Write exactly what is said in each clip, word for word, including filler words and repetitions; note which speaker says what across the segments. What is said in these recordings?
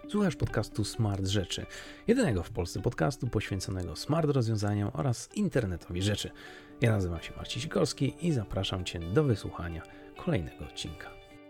Speaker 1: Słuchasz podcastu Smart Rzeczy, jedynego w Polsce podcastu poświęconego smart rozwiązaniom oraz internetowi rzeczy. Ja nazywam się Marcin Sikorski i zapraszam Cię do wysłuchania kolejnego odcinka.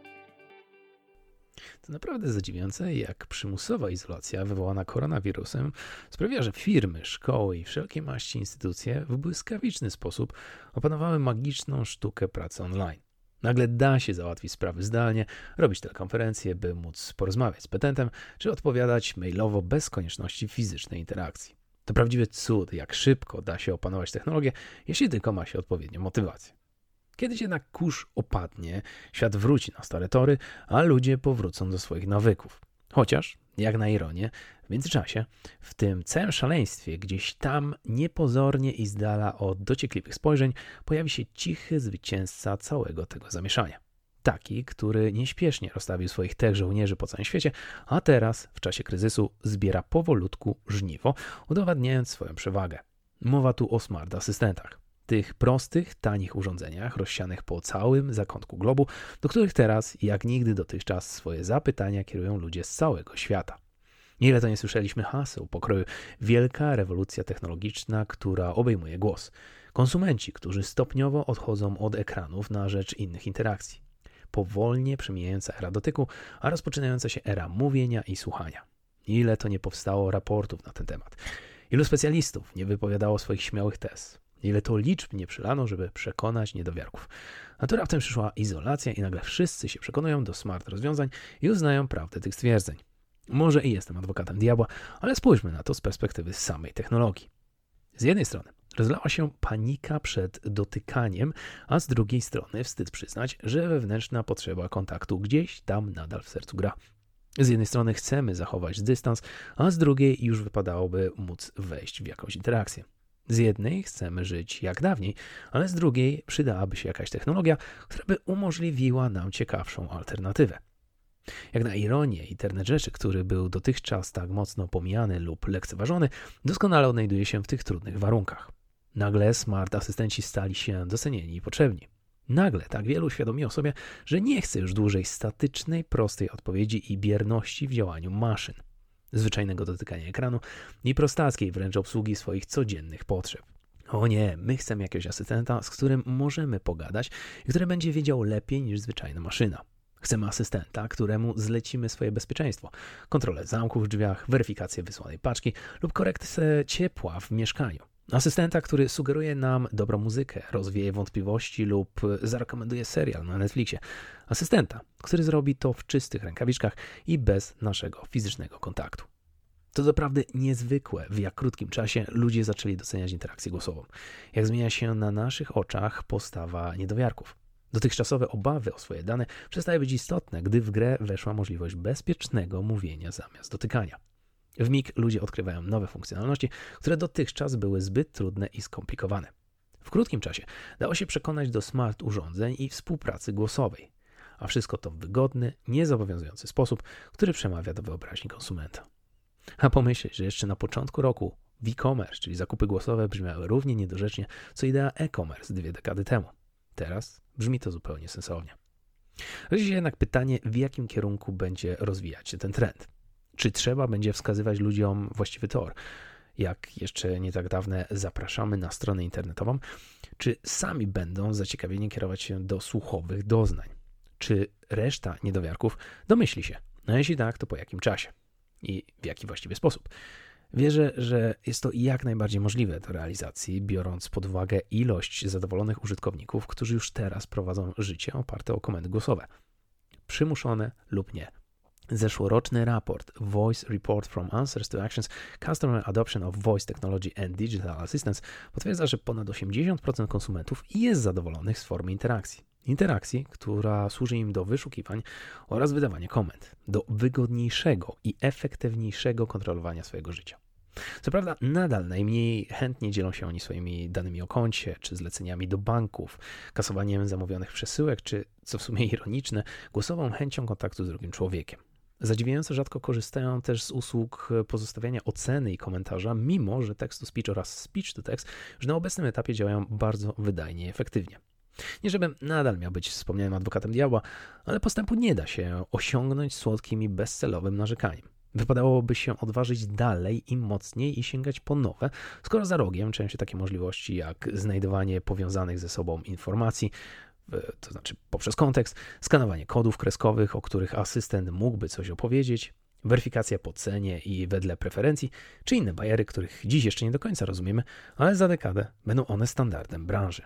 Speaker 1: To naprawdę zadziwiające, jak przymusowa izolacja wywołana koronawirusem sprawia, że firmy, szkoły i wszelkie maści instytucje w błyskawiczny sposób opanowały magiczną sztukę pracy online. Nagle da się załatwić sprawy zdalnie, robić telekonferencje, by móc porozmawiać z petentem, czy odpowiadać mailowo bez konieczności fizycznej interakcji. To prawdziwy cud, jak szybko da się opanować technologię, jeśli tylko ma się odpowiednią motywację. Kiedyś jednak kurz opadnie, świat wróci na stare tory, a ludzie powrócą do swoich nawyków. Chociaż, jak na ironię, w międzyczasie, w tym całym szaleństwie, gdzieś tam niepozornie i z dala od dociekliwych spojrzeń, pojawi się cichy zwycięzca całego tego zamieszania. Taki, który nieśpiesznie rozstawił swoich tech żołnierzy po całym świecie, a teraz, w czasie kryzysu, zbiera powolutku żniwo, udowadniając swoją przewagę. Mowa tu o smart asystentach. Tych prostych, tanich urządzeniach rozsianych po całym zakątku globu, do których teraz, jak nigdy dotychczas, swoje zapytania kierują ludzie z całego świata. Ile to nie słyszeliśmy haseł pokroju wielka rewolucja technologiczna, która obejmuje głos. Konsumenci, którzy stopniowo odchodzą od ekranów na rzecz innych interakcji. Powolnie przemijająca era dotyku, a rozpoczynająca się era mówienia i słuchania. Ile to nie powstało raportów na ten temat. Ilu specjalistów nie wypowiadało swoich śmiałych tez. Ile to liczb nie przylano, żeby przekonać niedowiarków. A tu raptem przyszła izolacja i nagle wszyscy się przekonują do smart rozwiązań i uznają prawdę tych stwierdzeń. Może i jestem adwokatem diabła, ale spójrzmy na to z perspektywy samej technologii. Z jednej strony rozlała się panika przed dotykaniem, a z drugiej strony wstyd przyznać, że wewnętrzna potrzeba kontaktu gdzieś tam nadal w sercu gra. Z jednej strony chcemy zachować dystans, a z drugiej już wypadałoby móc wejść w jakąś interakcję. Z jednej chcemy żyć jak dawniej, ale z drugiej przydałaby się jakaś technologia, która by umożliwiła nam ciekawszą alternatywę. Jak na ironię, internet rzeczy, który był dotychczas tak mocno pomijany lub lekceważony, doskonale odnajduje się w tych trudnych warunkach. Nagle smart asystenci stali się docenieni i potrzebni. Nagle tak wielu uświadomiło sobie, że nie chce już dłużej statycznej, prostej odpowiedzi i bierności w działaniu maszyn. Zwyczajnego dotykania ekranu i prostackiej wręcz obsługi swoich codziennych potrzeb. O nie, my chcemy jakiegoś asystenta, z którym możemy pogadać i który będzie wiedział lepiej niż zwyczajna maszyna. Chcemy asystenta, któremu zlecimy swoje bezpieczeństwo, kontrolę zamków w drzwiach, weryfikację wysłanej paczki lub korektę ciepła w mieszkaniu. Asystenta, który sugeruje nam dobrą muzykę, rozwieje wątpliwości lub zarekomenduje serial na Netflixie. Asystenta, który zrobi to w czystych rękawiczkach i bez naszego fizycznego kontaktu. To doprawdy niezwykłe, w jak krótkim czasie ludzie zaczęli doceniać interakcję głosową. Jak zmienia się na naszych oczach postawa niedowiarków. Dotychczasowe obawy o swoje dane przestają być istotne, gdy w grę weszła możliwość bezpiecznego mówienia zamiast dotykania. W mig ludzie odkrywają nowe funkcjonalności, które dotychczas były zbyt trudne i skomplikowane. W krótkim czasie dało się przekonać do smart urządzeń i współpracy głosowej, a wszystko to w wygodny, niezobowiązujący sposób, który przemawia do wyobraźni konsumenta. A pomyśleć, że jeszcze na początku roku w e-commerce, czyli zakupy głosowe, brzmiały równie niedorzecznie, co idea e-commerce dwie dekady temu. Teraz brzmi to zupełnie sensownie. Rodzi się jednak pytanie, w jakim kierunku będzie rozwijać się ten trend. Czy trzeba będzie wskazywać ludziom właściwy tor? Jak jeszcze nie tak dawne zapraszamy na stronę internetową? Czy sami będą zaciekawieni kierować się do słuchowych doznań? Czy reszta niedowiarków domyśli się? No jeśli tak, to po jakim czasie? I w jaki właściwy sposób? Wierzę, że jest to jak najbardziej możliwe do realizacji, biorąc pod uwagę ilość zadowolonych użytkowników, którzy już teraz prowadzą życie oparte o komendy głosowe. Przymuszone lub nie. Zeszłoroczny raport Voice Report from Answers to Actions Customer Adoption of Voice Technology and Digital Assistance potwierdza, że ponad osiemdziesiąt procent konsumentów jest zadowolonych z formy interakcji. Interakcji, która służy im do wyszukiwań oraz wydawania komend, do wygodniejszego i efektywniejszego kontrolowania swojego życia. Co prawda nadal najmniej chętnie dzielą się oni swoimi danymi o koncie, czy zleceniami do banków, kasowaniem zamówionych przesyłek, czy, co w sumie ironiczne, głosową chęcią kontaktu z drugim człowiekiem. Zadziwiająco rzadko korzystają też z usług pozostawiania oceny i komentarza, mimo że text-to-speech oraz speech-to-text już na obecnym etapie działają bardzo wydajnie i efektywnie. Nie żebym nadal miał być wspomnianym adwokatem diabła, ale postępu nie da się osiągnąć słodkim i bezcelowym narzekaniem. Wypadałoby się odważyć dalej i mocniej i sięgać po nowe, skoro za rogiem czują się takie możliwości jak znajdowanie powiązanych ze sobą informacji, to znaczy poprzez kontekst, skanowanie kodów kreskowych, o których asystent mógłby coś opowiedzieć, weryfikacja po cenie i wedle preferencji, czy inne bariery, których dziś jeszcze nie do końca rozumiemy, ale za dekadę będą one standardem branży.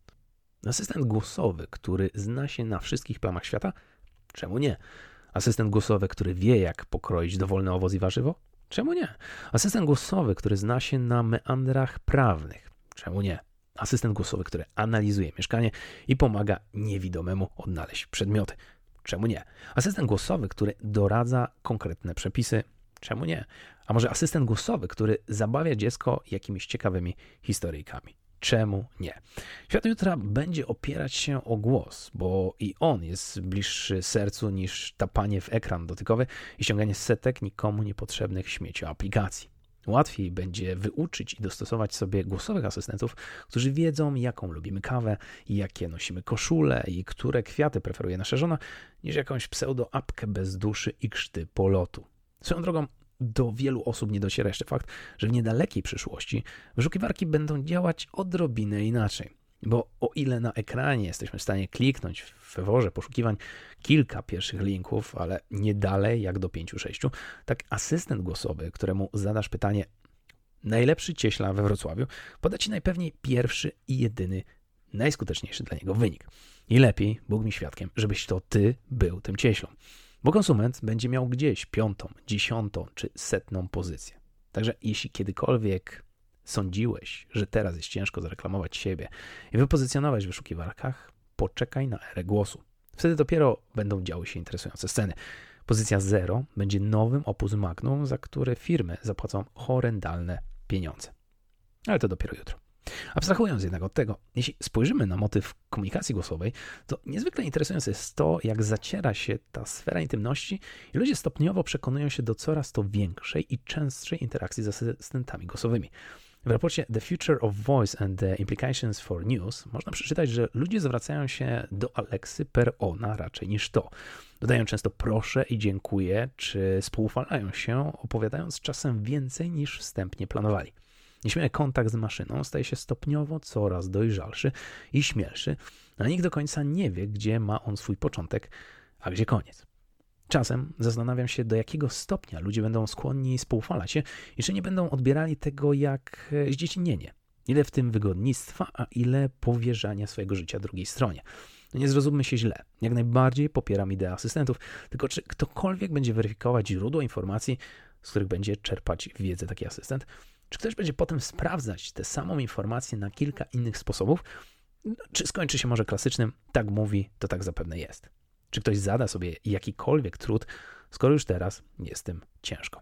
Speaker 1: Asystent głosowy, który zna się na wszystkich plamach świata? Czemu nie? Asystent głosowy, który wie, jak pokroić dowolny owoc i warzywo? Czemu nie? Asystent głosowy, który zna się na meandrach prawnych? Czemu nie? Asystent głosowy, który analizuje mieszkanie i pomaga niewidomemu odnaleźć przedmioty? Czemu nie? Asystent głosowy, który doradza konkretne przepisy? Czemu nie? A może asystent głosowy, który zabawia dziecko jakimiś ciekawymi historyjkami? Czemu nie? Świat jutra będzie opierać się o głos, bo i on jest bliższy sercu niż tapanie w ekran dotykowy i ściąganie setek nikomu niepotrzebnych śmieci aplikacji. Łatwiej będzie wyuczyć i dostosować sobie głosowych asystentów, którzy wiedzą, jaką lubimy kawę, jakie nosimy koszule i które kwiaty preferuje nasza żona, niż jakąś pseudo-apkę bez duszy i krzty polotu. Swoją drogą, do wielu osób nie dociera jeszcze fakt, że w niedalekiej przyszłości wyszukiwarki będą działać odrobinę inaczej. Bo o ile na ekranie jesteśmy w stanie kliknąć w wyworze poszukiwań kilka pierwszych linków, ale nie dalej jak do pięciu sześciu, tak asystent głosowy, któremu zadasz pytanie najlepszy cieśla we Wrocławiu, poda ci najpewniej pierwszy i jedyny, najskuteczniejszy dla niego wynik. I lepiej, Bóg mi świadkiem, żebyś to ty był tym cieślą. Bo konsument będzie miał gdzieś piątą, dziesiątą czy setną pozycję. Także jeśli kiedykolwiek sądziłeś, że teraz jest ciężko zareklamować siebie i wypozycjonować w wyszukiwarkach, poczekaj na erę głosu. Wtedy dopiero będą działy się interesujące sceny. Pozycja zero będzie nowym opus magnum, za które firmy zapłacą horrendalne pieniądze. Ale to dopiero jutro. Abstrahując jednak od tego, jeśli spojrzymy na motyw komunikacji głosowej, to niezwykle interesujące jest to, jak zaciera się ta sfera intymności i ludzie stopniowo przekonują się do coraz to większej i częstszej interakcji z asystentami głosowymi. W raporcie The Future of Voice and the Implications for News można przeczytać, że ludzie zwracają się do Alexy per ona raczej niż to. Dodają często proszę i dziękuję, czy współuchwalają się, opowiadając czasem więcej niż wstępnie planowali. Nieśmiały kontakt z maszyną staje się stopniowo coraz dojrzalszy i śmielszy, a nikt do końca nie wie, gdzie ma on swój początek, a gdzie koniec. Czasem zastanawiam się, do jakiego stopnia ludzie będą skłonni współchwalać się i czy nie będą odbierali tego jak zdziecinienie. Ile w tym wygodnictwa, a ile powierzania swojego życia drugiej stronie. No nie zrozummy się źle. Jak najbardziej popieram ideę asystentów, tylko czy ktokolwiek będzie weryfikować źródło informacji, z których będzie czerpać wiedzę taki asystent? Czy ktoś będzie potem sprawdzać tę samą informację na kilka innych sposobów? No, czy skończy się może klasycznym, tak mówi, to tak zapewne jest? Czy ktoś zada sobie jakikolwiek trud, skoro już teraz jest tym ciężko?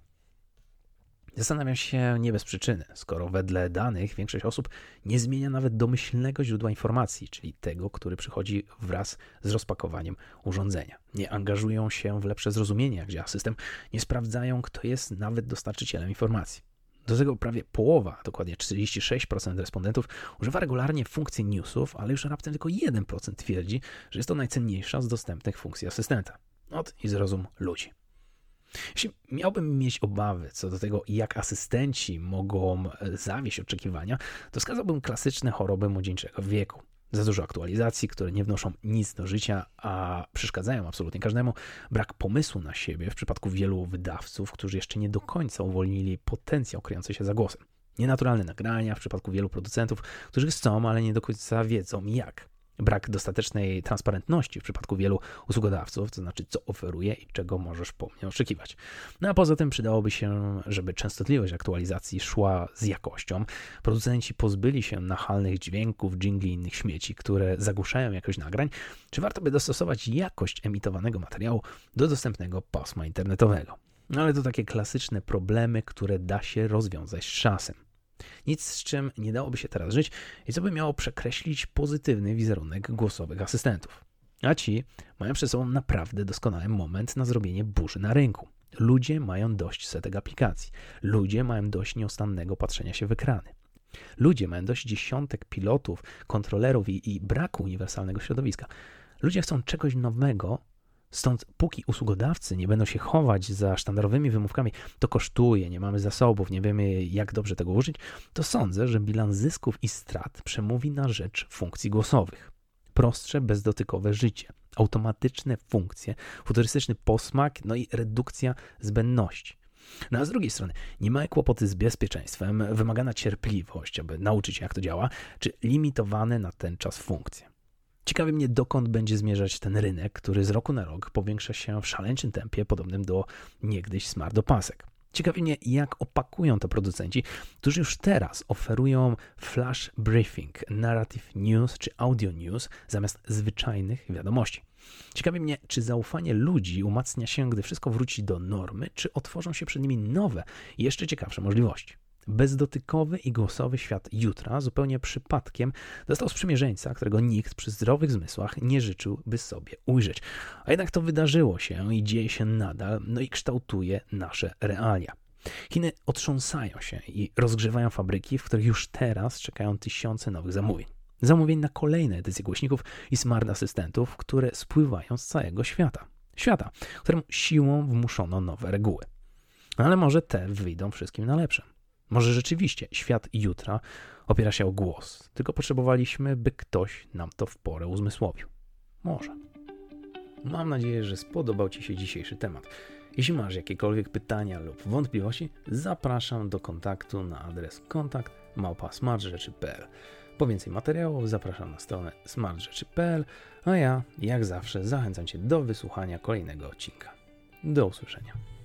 Speaker 1: Zastanawiam się nie bez przyczyny, skoro wedle danych większość osób nie zmienia nawet domyślnego źródła informacji, czyli tego, który przychodzi wraz z rozpakowaniem urządzenia. Nie angażują się w lepsze zrozumienie, jak działa system, nie sprawdzają, kto jest nawet dostarczycielem informacji. Do tego prawie połowa, dokładnie czterdzieści sześć procent respondentów używa regularnie funkcji newsów, ale już raptem tylko jeden procent twierdzi, że jest to najcenniejsza z dostępnych funkcji asystenta. Ot i zrozum ludzi. Jeśli miałbym mieć obawy co do tego, jak asystenci mogą zawieść oczekiwania, to wskazałbym klasyczne choroby młodzieńczego wieku. Za dużo aktualizacji, które nie wnoszą nic do życia, a przeszkadzają absolutnie każdemu. Brak pomysłu na siebie w przypadku wielu wydawców, którzy jeszcze nie do końca uwolnili potencjał kryjący się za głosem. Nienaturalne nagrania w przypadku wielu producentów, którzy chcą, ale nie do końca wiedzą jak. Brak dostatecznej transparentności w przypadku wielu usługodawców, to znaczy co oferuje i czego możesz po mnie oczekiwać. No a poza tym przydałoby się, żeby częstotliwość aktualizacji szła z jakością. Producenci pozbyli się nachalnych dźwięków, dżingli i innych śmieci, które zagłuszają jakość nagrań. Czy warto by dostosować jakość emitowanego materiału do dostępnego pasma internetowego? No ale to takie klasyczne problemy, które da się rozwiązać z czasem. Nic, z czym nie dałoby się teraz żyć i co by miało przekreślić pozytywny wizerunek głosowych asystentów. A ci mają przed sobą naprawdę doskonały moment na zrobienie burzy na rynku. Ludzie mają dość setek aplikacji. Ludzie mają dość nieustannego patrzenia się w ekrany. Ludzie mają dość dziesiątek pilotów, kontrolerów i, i braku uniwersalnego środowiska. Ludzie chcą czegoś nowego, Stąd póki usługodawcy nie będą się chować za sztandarowymi wymówkami, to kosztuje, nie mamy zasobów, nie wiemy jak dobrze tego użyć, to sądzę, że bilans zysków i strat przemówi na rzecz funkcji głosowych. Prostsze, bezdotykowe życie, automatyczne funkcje, futurystyczny posmak, no i redukcja zbędności. No a z drugiej strony, niemałe kłopoty z bezpieczeństwem, wymagana cierpliwość, aby nauczyć się jak to działa, czy limitowane na ten czas funkcje. Ciekawi mnie, dokąd będzie zmierzać ten rynek, który z roku na rok powiększa się w szaleńczym tempie, podobnym do niegdyś smart opasek. Ciekawi mnie, jak opakują to producenci, którzy już teraz oferują flash briefing, narrative news czy audio news zamiast zwyczajnych wiadomości. Ciekawi mnie, czy zaufanie ludzi umacnia się, gdy wszystko wróci do normy, czy otworzą się przed nimi nowe, jeszcze ciekawsze możliwości. Bezdotykowy i głosowy świat jutra zupełnie przypadkiem dostał sprzymierzeńca, którego nikt przy zdrowych zmysłach nie życzyłby sobie ujrzeć. A jednak to wydarzyło się i dzieje się nadal, no i kształtuje nasze realia. Chiny otrząsają się i rozgrzewają fabryki, w których już teraz czekają tysiące nowych zamówień. Zamówień na kolejne edycje głośników i smart asystentów, które spływają z całego świata. Świata, któremu siłą wmuszono nowe reguły. Ale może te wyjdą wszystkim na lepsze. Może rzeczywiście świat jutra opiera się o głos, tylko potrzebowaliśmy, by ktoś nam to w porę uzmysłowił. Może. Mam nadzieję, że spodobał Ci się dzisiejszy temat. Jeśli masz jakiekolwiek pytania lub wątpliwości, zapraszam do kontaktu na adres kontakt małpa smartrzeczy kropka p l. Po więcej materiałów zapraszam na stronę smartrzeczy kropka p l, a ja, jak zawsze, zachęcam Cię do wysłuchania kolejnego odcinka. Do usłyszenia.